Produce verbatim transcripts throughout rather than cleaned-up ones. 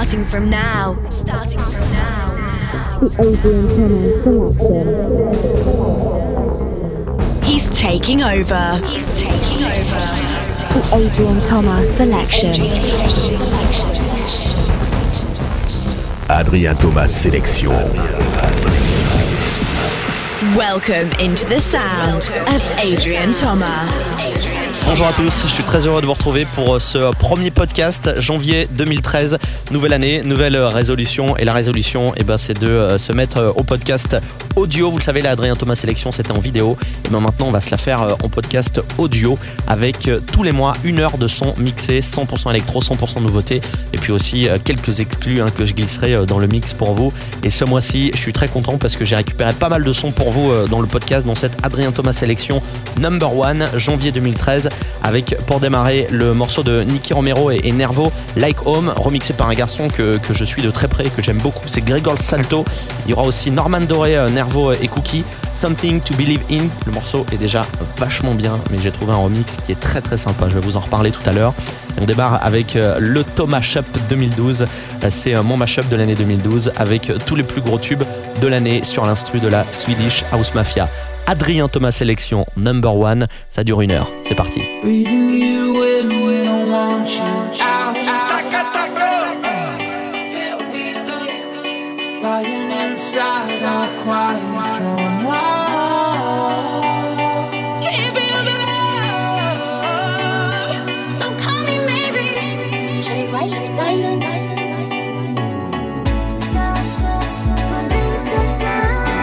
Starting from now. Starting from now. The Adrian Thomas selection. He's taking over. He's taking over. The Adrian Thomas selection. Adrien Thomas sélection. Welcome into the sound of Adrien Thomas. Bonjour à tous, je suis très heureux de vous retrouver pour ce premier podcast, janvier deux mille treize, nouvelle année, nouvelle résolution. Et la résolution, eh ben, c'est de se mettre au podcast audio. Vous le savez, la Adrien Thomas sélection, c'était en vidéo. Et ben maintenant, on va se la faire en podcast audio avec tous les mois une heure de son mixé, cent pour cent électro, cent pour cent nouveauté. Et puis aussi quelques exclus hein, que je glisserai dans le mix pour vous. Et ce mois-ci, je suis très content parce que j'ai récupéré pas mal de sons pour vous dans le podcast, dans cette Adrien Thomas sélection number one, janvier deux mille treize. Avec pour démarrer le morceau de Nicky Romero et, et Nervo, Like Home, remixé par un garçon que, que je suis de très près, que j'aime beaucoup, c'est Gregor Salto. Il y aura aussi Norman Doré, Nervo et Cookie, Something to Believe In. Le morceau est déjà vachement bien, mais j'ai trouvé un remix qui est très très sympa, je vais vous en reparler tout à l'heure. Et on démarre avec le Thomas Mashup deux mille douze, c'est mon mashup de l'année deux mille douze avec tous les plus gros tubes de l'année sur l'instru de la Swedish House Mafia. Adrien Thomas sélection number one, ça dure une heure, c'est parti. Breathing you in when I want you out. Lying inside our quiet drama. So call me maybe. Shade white, shade diamond. Starships running to fly.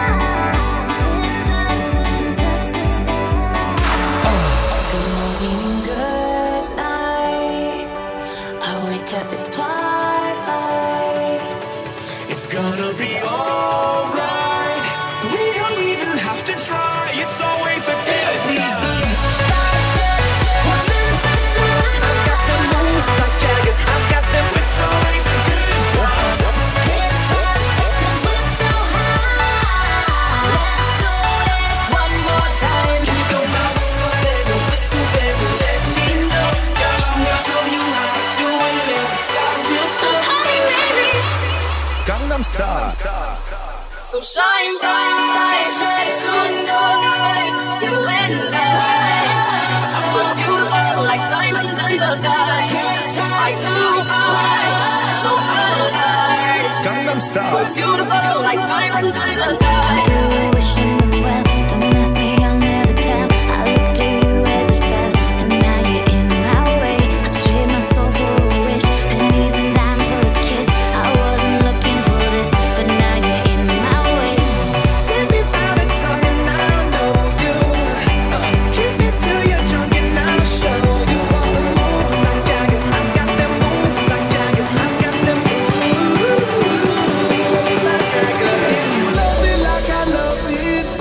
Gonna be alright. We don't even have to try. It's always a good time. Starships, women to fly. I've got the moves like Jagger. I've got them. It's always a good time. It's hot 'cause we're so high. Let's do this one more time. You know my whistle, baby, whistle, baby, let me know. Girl, I'm gonna show you how to do it. And it's got real So call me maybe. Gangnam Style. So shine bright, starships tonight. You and I, we're beautiful like diamonds in the sky. I too high, so alive. Gangnam Style. We're beautiful like diamonds in the sky. I do wish I knew well. Don't ask me, I'll never tell. I looked to you as it fell, and now you're in my way. I trade my soul for a wish, pennies and dimes for a kiss. I wasn't looking for this, but now you're in my way. Tell me about the time and I don't know you. Uh, kiss me till you're drunk and I'll show you all the moves like Jagger. I've got them moves like Jagger. I've got them moves like Jagger. If you love it like I love it,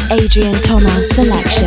The Adrian Thomas Selection.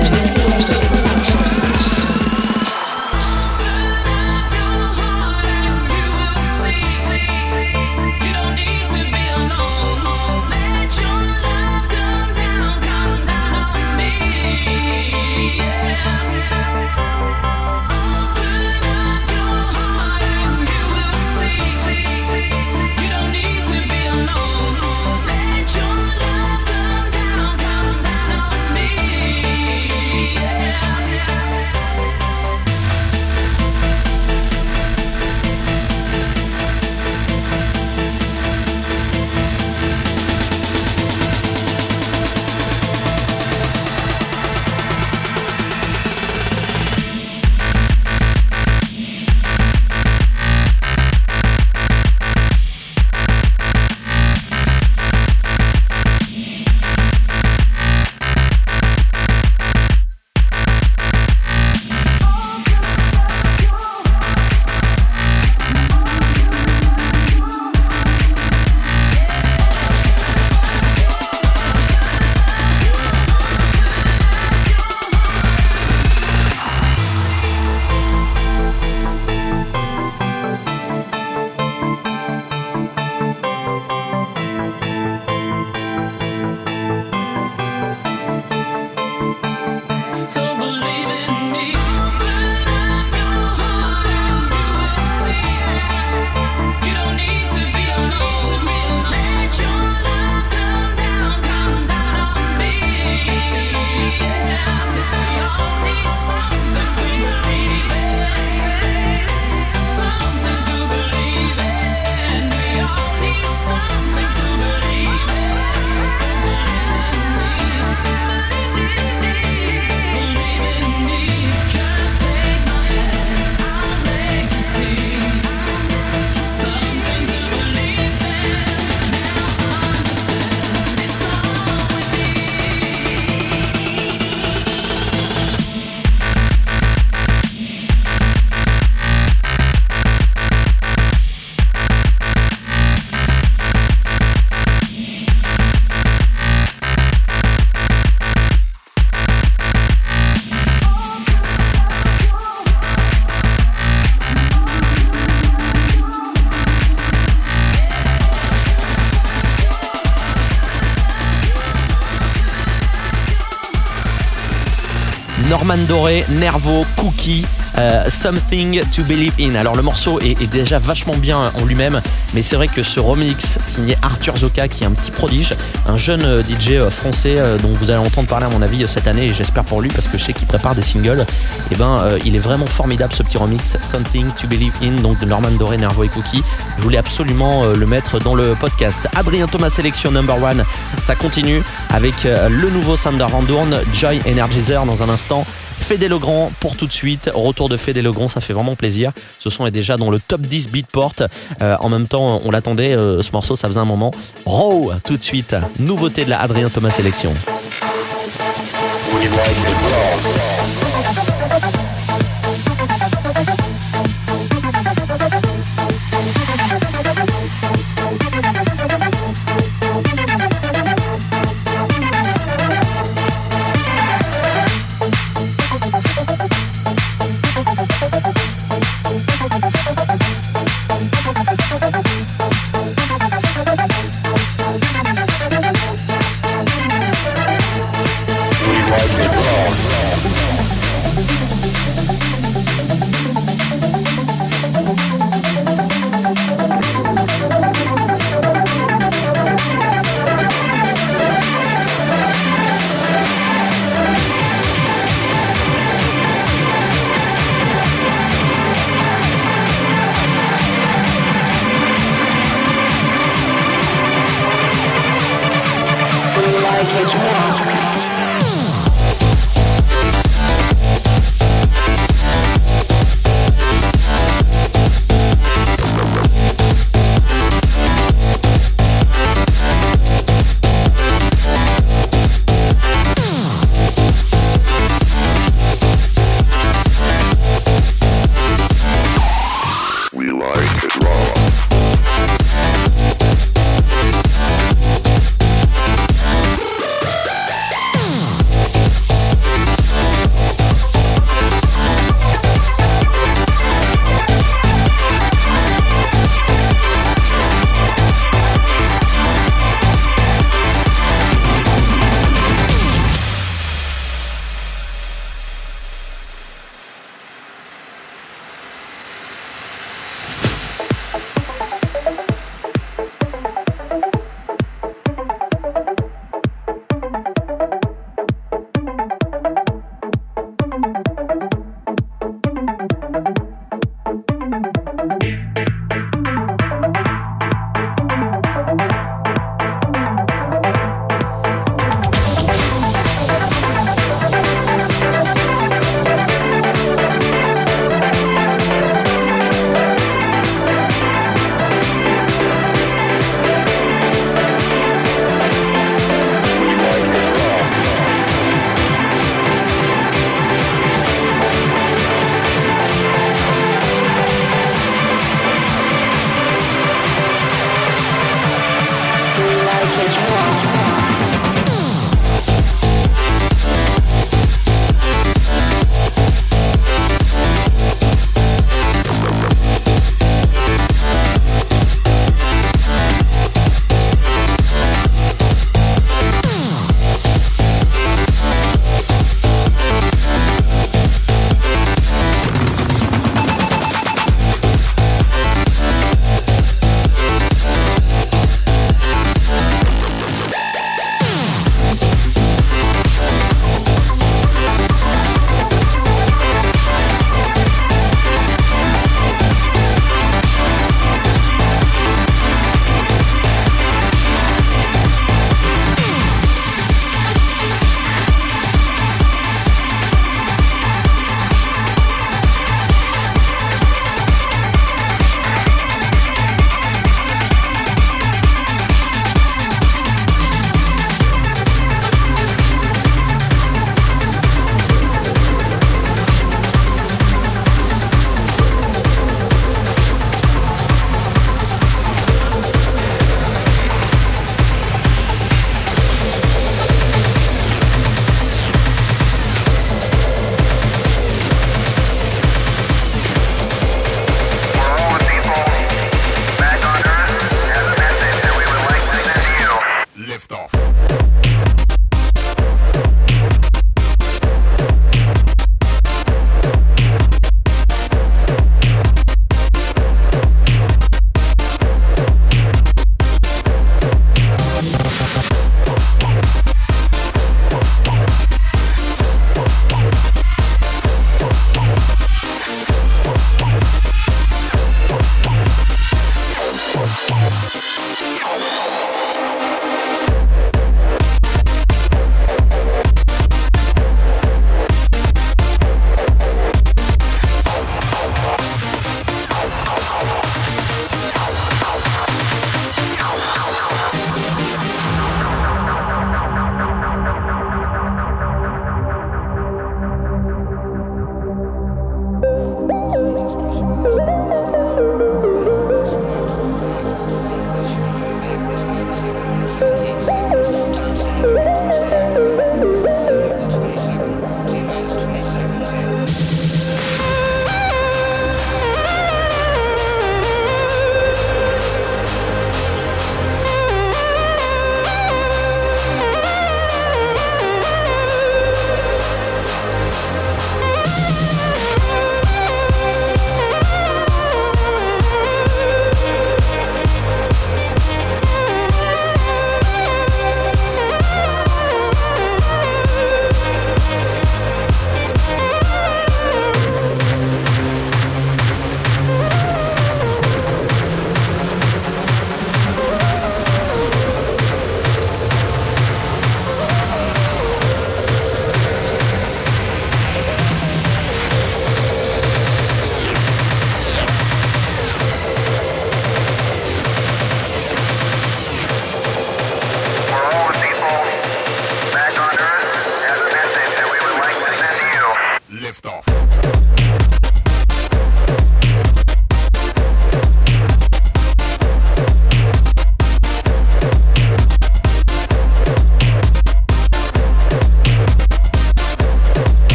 Norman Doré, Nervo, Cookie, euh, Something to Believe in. Alors le morceau est, est déjà vachement bien en lui-même, mais c'est vrai que ce remix signé Arthur Zoka, qui est un petit prodige, un jeune euh, D J euh, français euh, dont vous allez entendre parler à mon avis cette année, et j'espère pour lui parce que je sais qu'il prépare des singles. Et ben euh, il est vraiment formidable ce petit remix Something to Believe in, donc de Norman Doré, Nervo et Cookie. Je voulais absolument euh, le mettre dans le podcast. Adrien Thomas Sélection Number One, ça continue avec euh, le nouveau Sander Van Doorn, Joy Energizer dans un instant. Fédé Legrand pour tout de suite. Retour de Fédé Legrand, ça fait vraiment plaisir. Ce son est déjà dans le top dix Beatport. Euh, en même temps, on l'attendait, euh, ce morceau, ça faisait un moment. Raw, tout de suite. Nouveauté de la Adrien Thomas Sélection.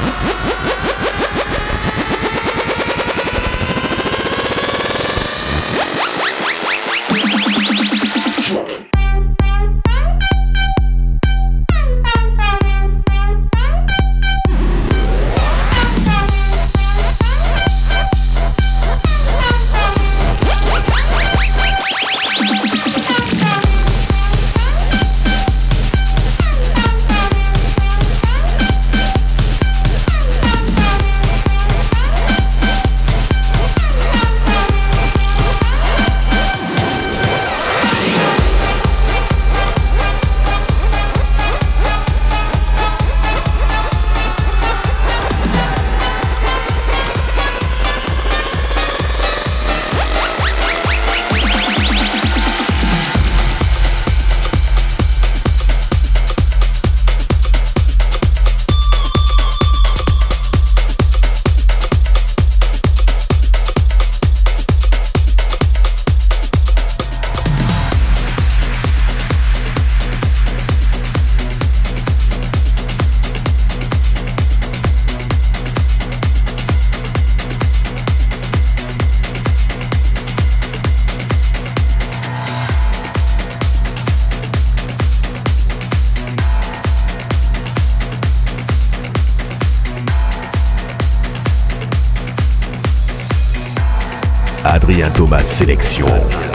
Adrien Thomas Sélection.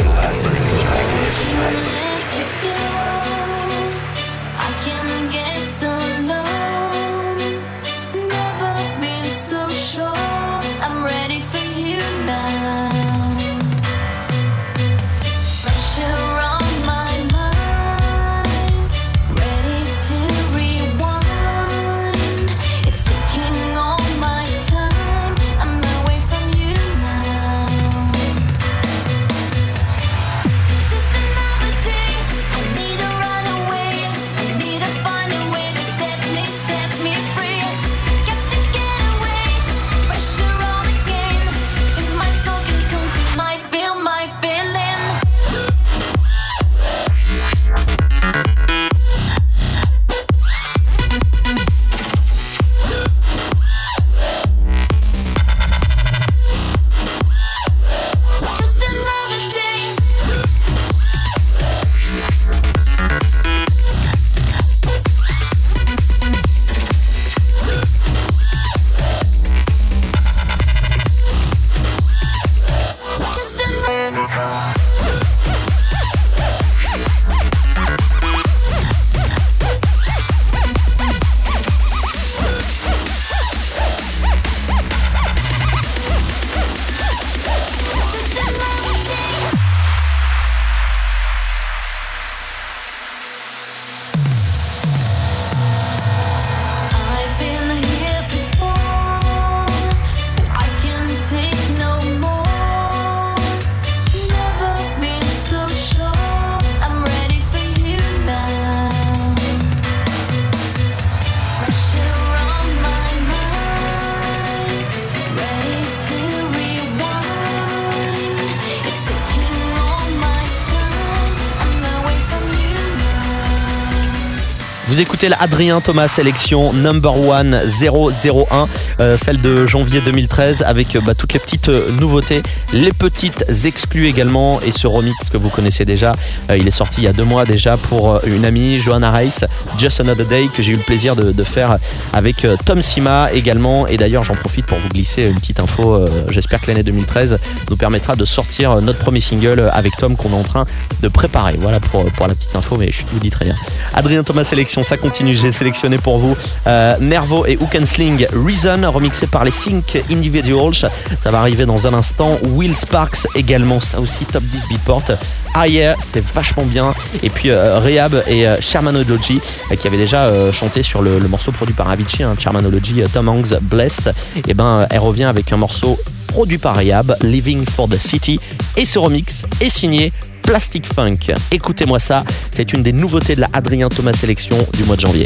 Vous écoutez l'Adrien Thomas Sélection Number One zéro zéro un, euh, celle de janvier deux mille treize avec euh, bah, toutes les petites euh, nouveautés, les petites exclus également et ce remix que vous connaissez déjà. Euh, il est sorti il y a deux mois déjà pour euh, une amie, Johanna Reis, Just Another Day, que j'ai eu le plaisir de, de faire avec euh, Tom Sima également. Et d'ailleurs, j'en profite pour vous glisser une petite info. Euh, j'espère que l'année deux mille treize nous permettra de sortir euh, notre premier single avec Tom qu'on est en train de préparer. Voilà pour, pour la petite info, mais je vous dis très bien. Adrien Thomas Sélection, ça continue. J'ai sélectionné pour vous euh, Nervo et Hook and Sling Reason, remixé par les Sync Individuals. Ça va arriver dans un instant. Will Sparks également, ça aussi top dix Beatport. Ah yeah, c'est vachement bien. Et puis euh, Rehab et euh, Shermanology euh, qui avaient déjà euh, chanté sur le, le morceau produit par Avicii, hein, Shermanology, euh, Tom Hanks, Blessed. Et ben, elle revient avec un morceau produit par Rehab, Living for the City. Et ce remix est signé Plastic Funk. Écoutez-moi ça, c'est une des nouveautés de la Adrien Thomas Sélection du mois de janvier.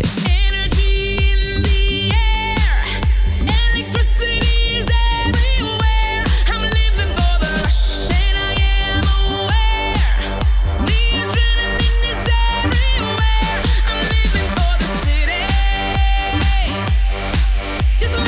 Just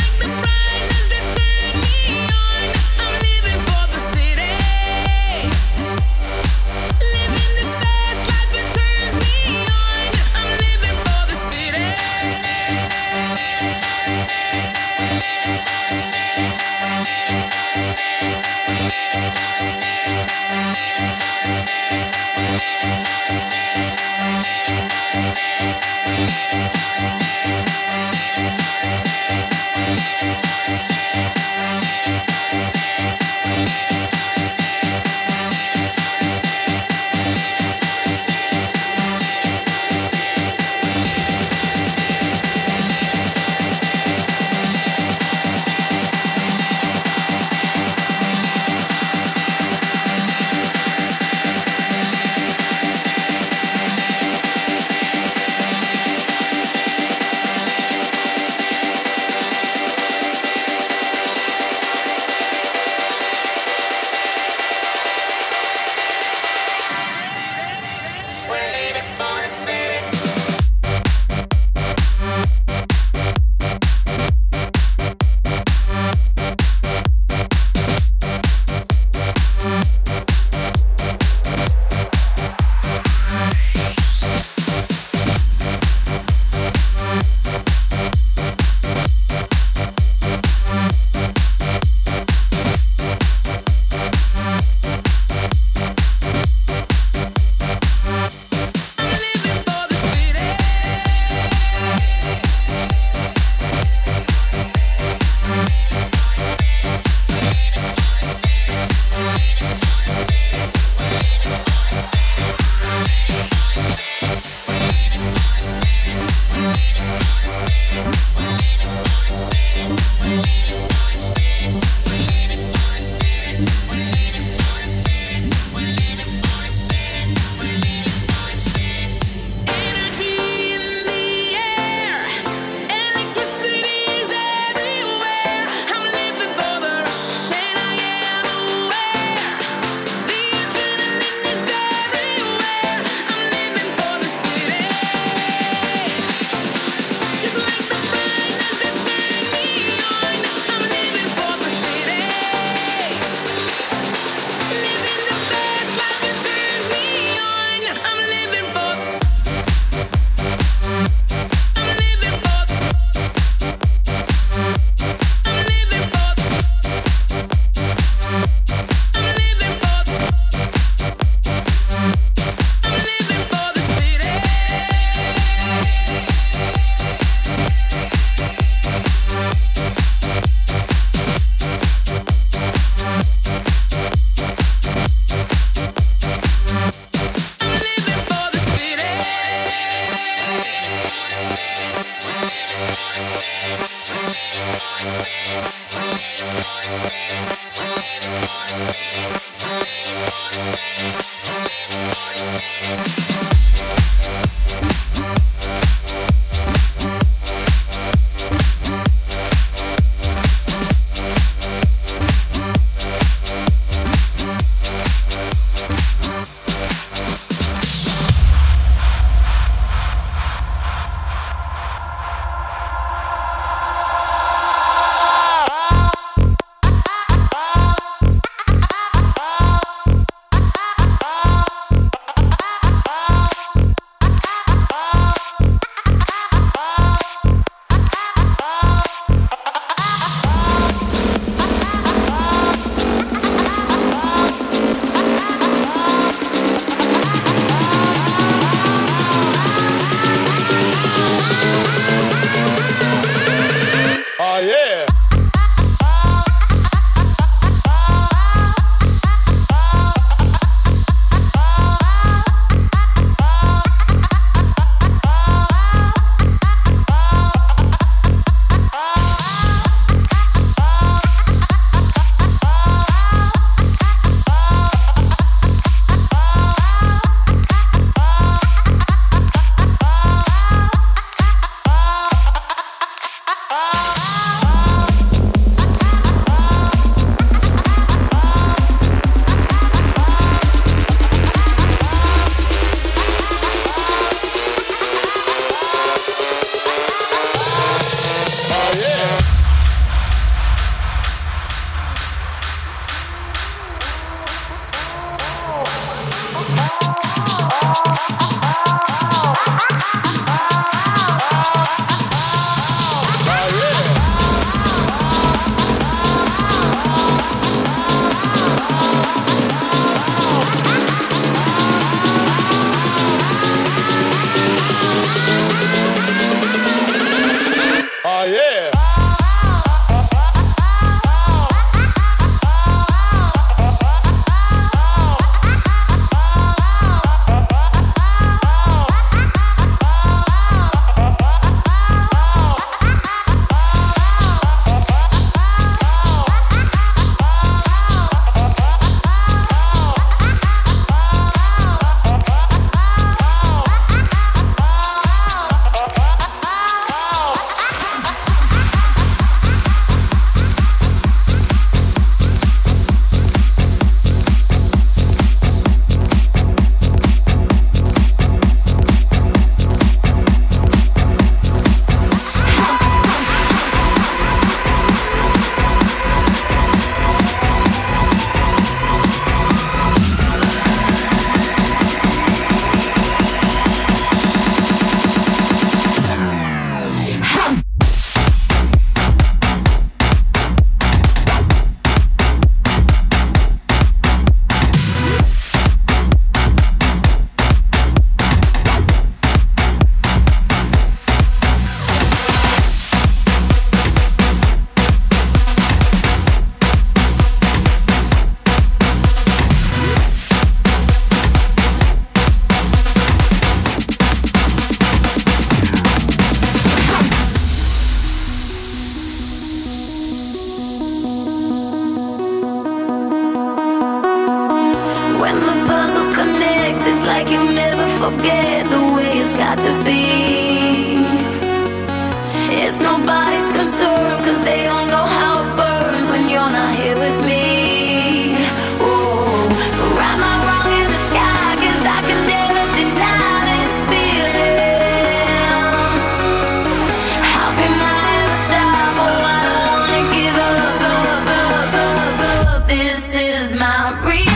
forget the way it's got to be. It's nobody's concern, cause they don't know how it burns when you're not here with me. Ooh, so write my wrong in the sky, cause I can never deny this feeling. How can I ever stop? Oh, I don't wanna give up, up, up, up, up. This is my reason.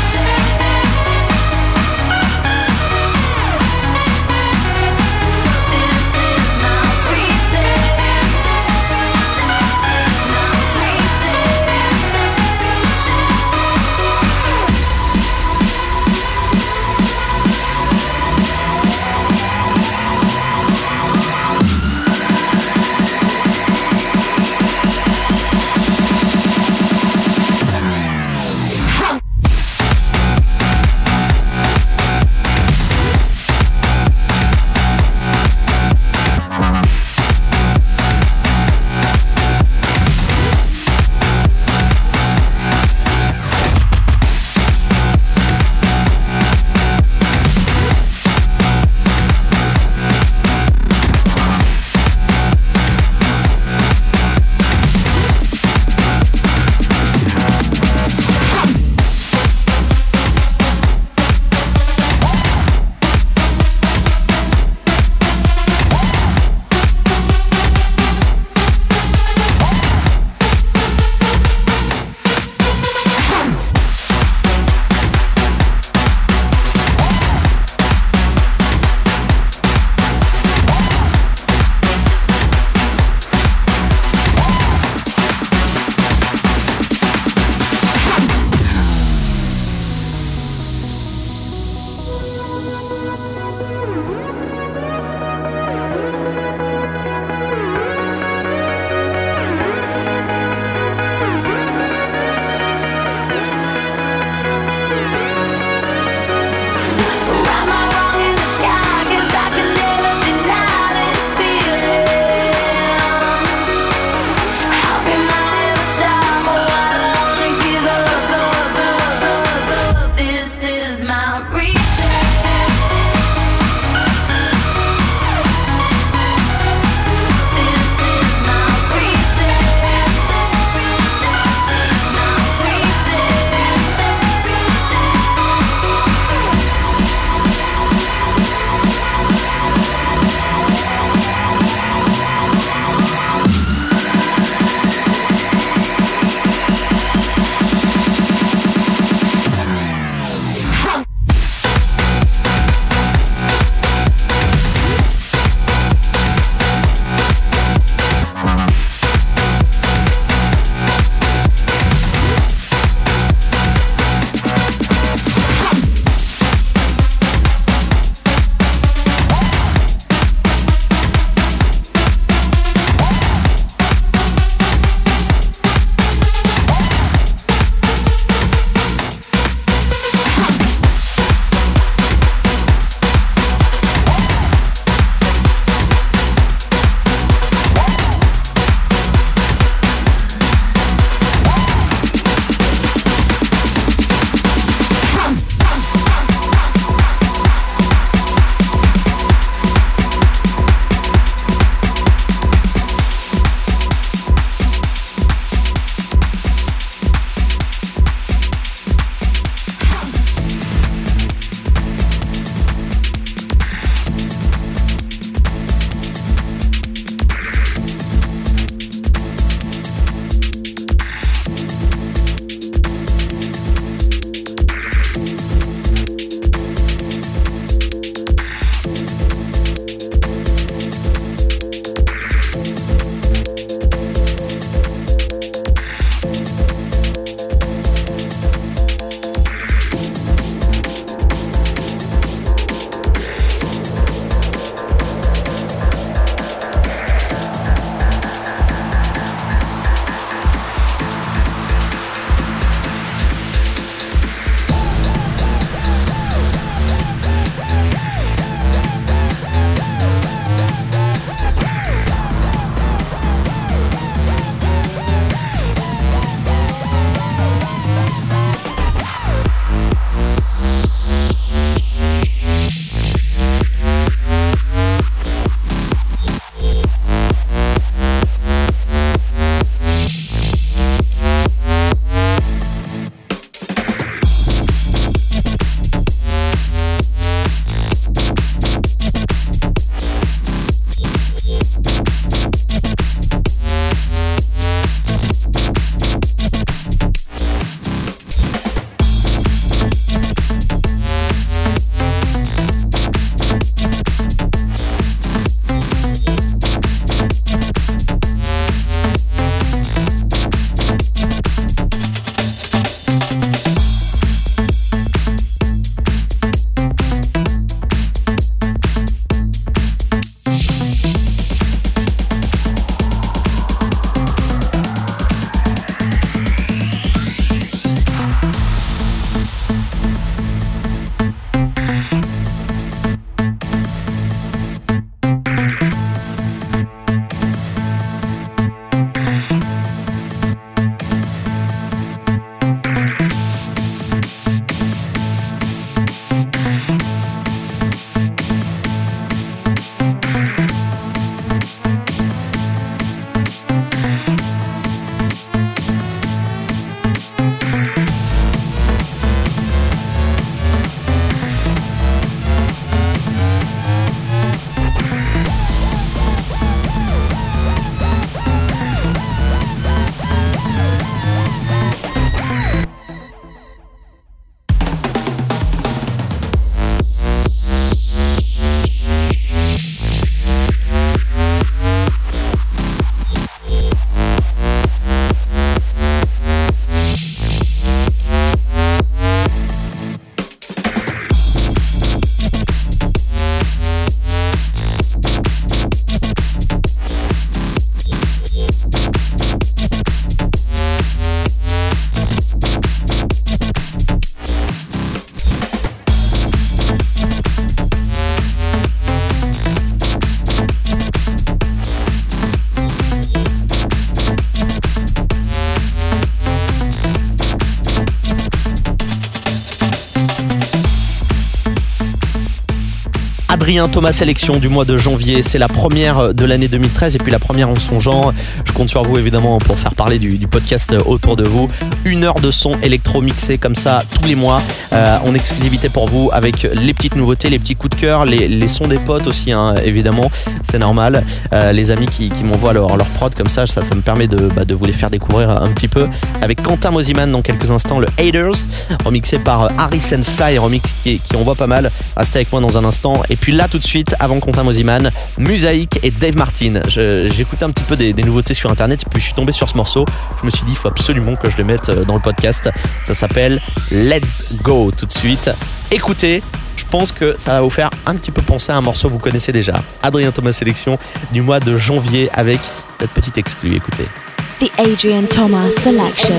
This is my reason. Adrien Thomas Sélection du mois de janvier. C'est la première de l'année deux mille treize et puis la première en son genre. Je compte sur vous évidemment pour faire parler du, du podcast autour de vous. Une heure de son électro mixé comme ça tous les mois euh, en exclusivité pour vous avec les petites nouveautés, les petits coups de cœur, les, les sons des potes aussi hein, évidemment, c'est normal. Euh, les amis qui, qui m'envoient leur, leur prod comme ça, ça, ça me permet de, bah, de vous les faire découvrir un petit peu. Avec Quentin Mosiman dans quelques instants, le Haters, remixé par Harris and Fly, remix qui, qui envoie pas mal. Restez avec moi dans un instant. Et puis là tout de suite, avant Quentin Mosiman, Musaïk et Dave Martin. Je, j'ai écouté un petit peu des, des nouveautés sur internet et puis je suis tombé sur ce morceau. Je me suis dit, il faut absolument que je le mette dans le podcast. Ça s'appelle Let's Go tout de suite. Écoutez, je pense que ça va vous faire un petit peu penser à un morceau que vous connaissez déjà. Adrien Thomas Sélection du mois de janvier avec cette petite exclue. Écoutez. The Adrian Thomas Selection.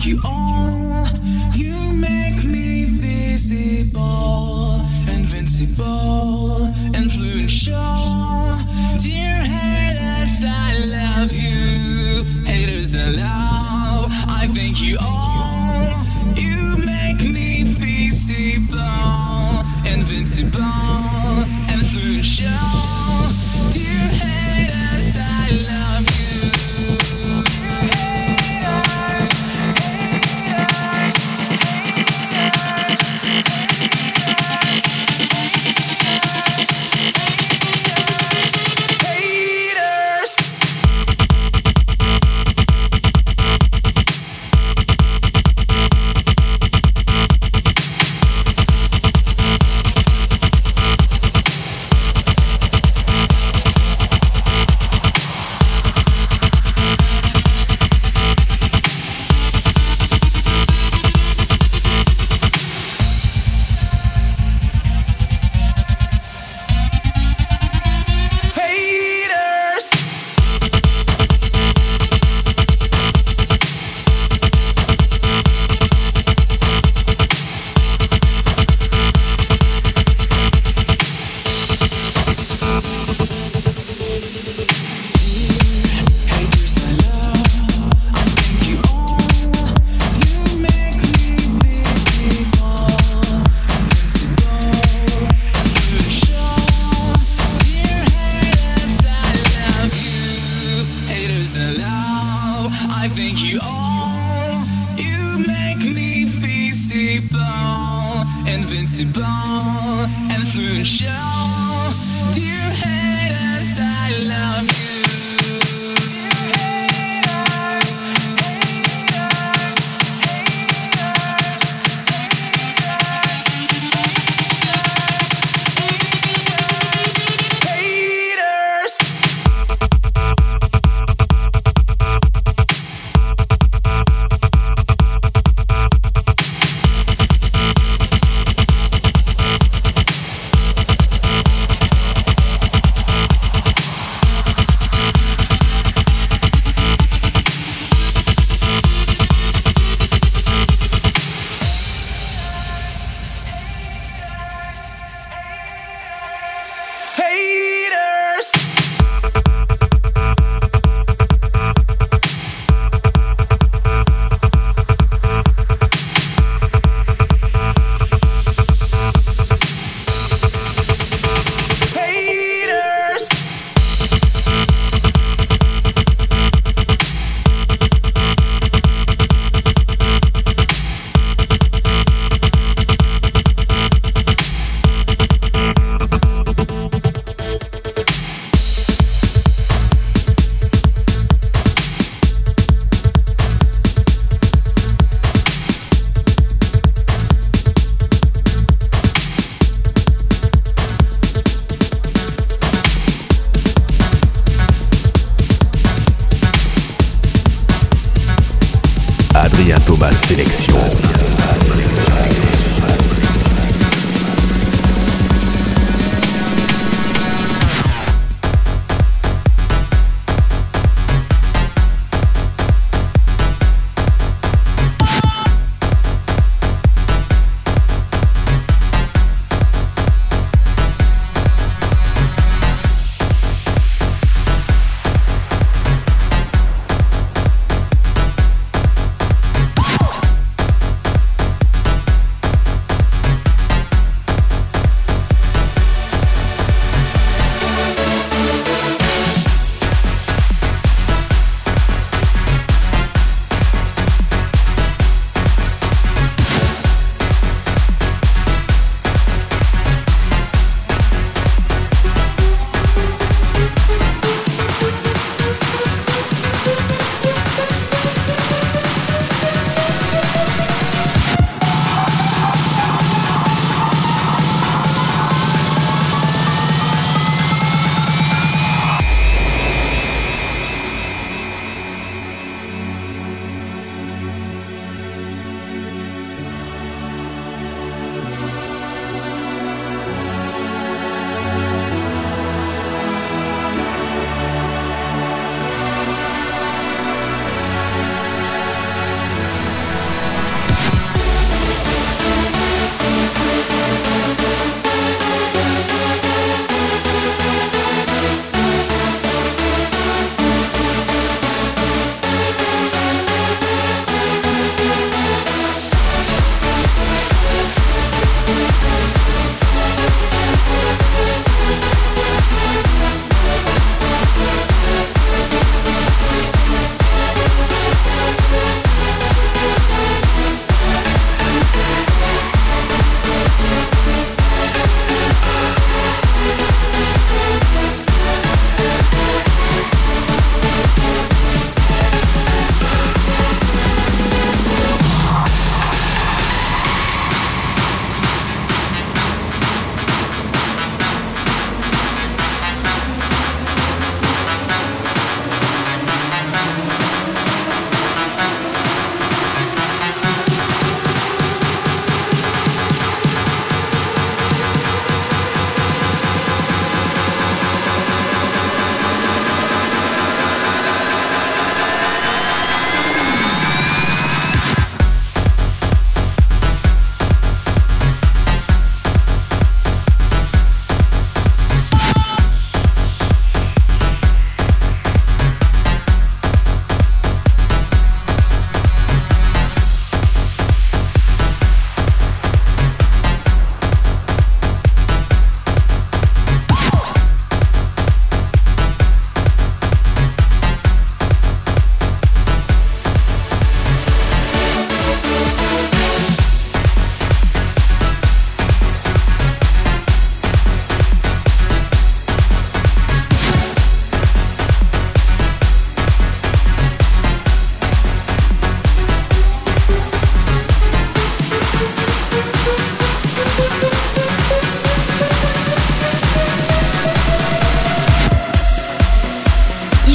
you all. You make me visible, invincible, influential. Dear haters, I love you. Haters, I love. I thank you all. You make me visible, invincible, influential. Dear haters, I love you. Dear haters, haters, Adrien Thomas Sélection.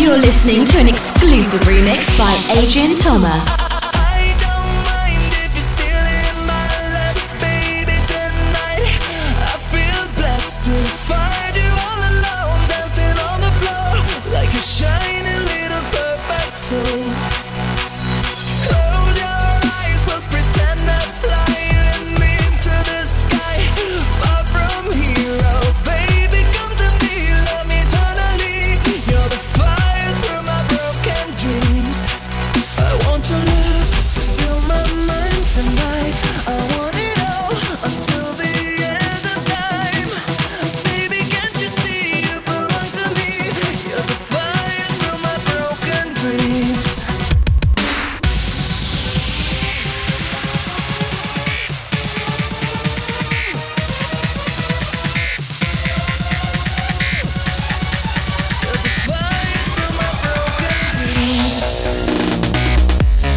You're listening to an exclusive remix by Adrian Thomas. I don't mind if you're still in my life, baby, tonight. I feel blessed to find you all alone, dancing on the floor like a shiny little perfect soul. Close your eyes, we'll pretend that fly with me to the sky, far from here. Oh, baby, come to me, love me eternally. You're the fire through my broken dreams. I want your love to fill my mind tonight. I want it all until the end of time. Baby, can't you see you belong to me? You're the fire through my broken dreams. You're the fire through my broken dreams.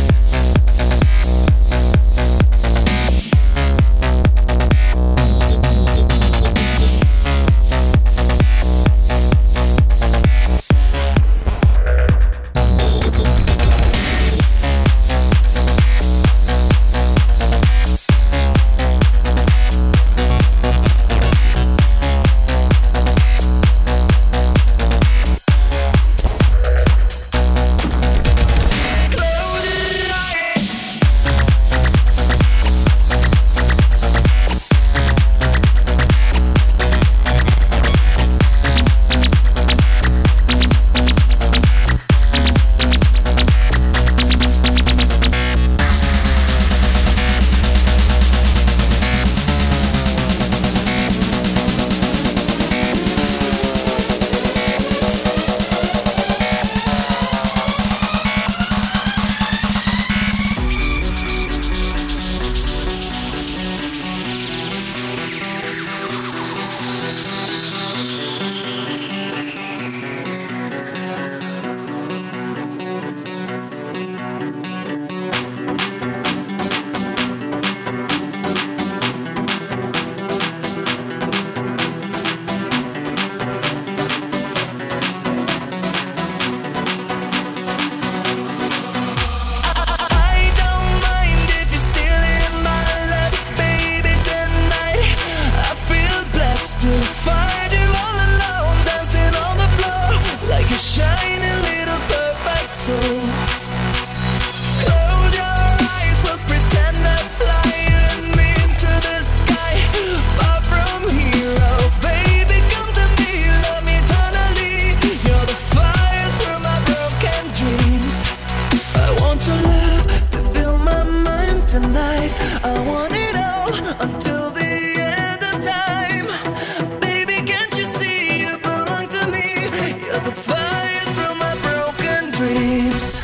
I don't mind if you're still in my life, baby, tonight. I feel blessed to find you all alone, dancing on the floor like a shiny little perfect soul. Close your eyes, we'll pretend that fly with me to the sky, far from here. Oh, baby, come to me, love me eternally. You're the fire through my broken dreams. I want your love to fill my mind tonight. I want it all until the end of time. Baby, can't you see you belong to me? You're the fire through my broken dreams.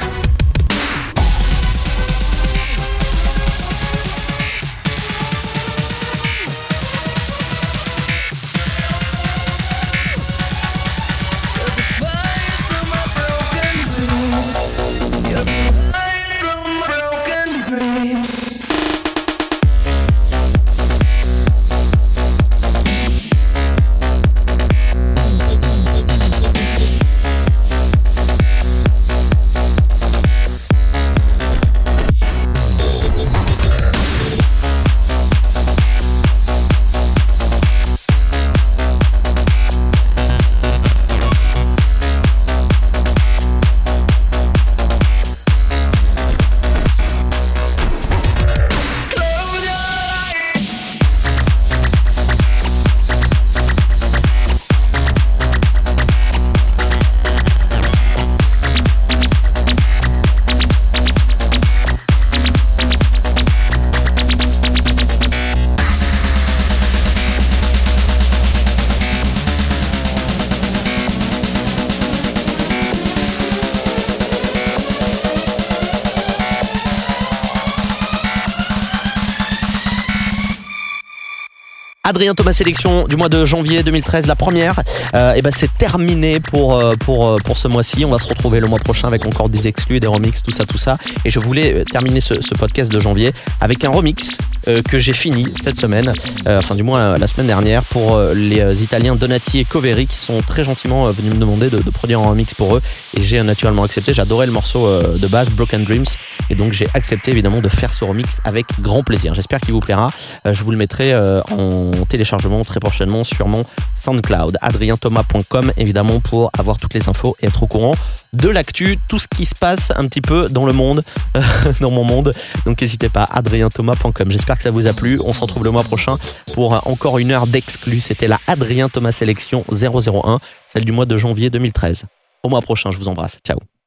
You're the fire through my broken dreams. You're the fire through my broken dreams. Close your eyes. Adrien Thomas sélection du mois de janvier deux mille treize, la première. Euh, et ben c'est terminé pour euh, pour euh, pour ce mois-ci. On va se retrouver le mois prochain avec encore des exclus, des remixes, tout ça, tout ça. Et je voulais terminer ce, ce podcast de janvier avec un remix euh, que j'ai fini cette semaine, euh, enfin du moins la semaine dernière, pour euh, les euh, Italiens Donati et Coveri qui sont très gentiment euh, venus me demander de, de produire un remix pour eux et j'ai euh, naturellement accepté. J'adorais le morceau euh, de base Broken Dreams et donc j'ai accepté évidemment de faire ce remix avec grand plaisir. J'espère qu'il vous plaira. Euh, je vous le mettrai euh, en téléchargement très prochainement sur mon SoundCloud, adrien thomas point com évidemment, pour avoir toutes les infos et être au courant de l'actu, tout ce qui se passe un petit peu dans le monde, euh, dans mon monde. Donc n'hésitez pas, adrien thomas point com. J'espère que ça vous a plu. On se retrouve le mois prochain pour encore une heure d'exclus. C'était la Adrien Thomas Sélection zéro zéro un, celle du mois de janvier deux mille treize. Au mois prochain, je vous embrasse. Ciao.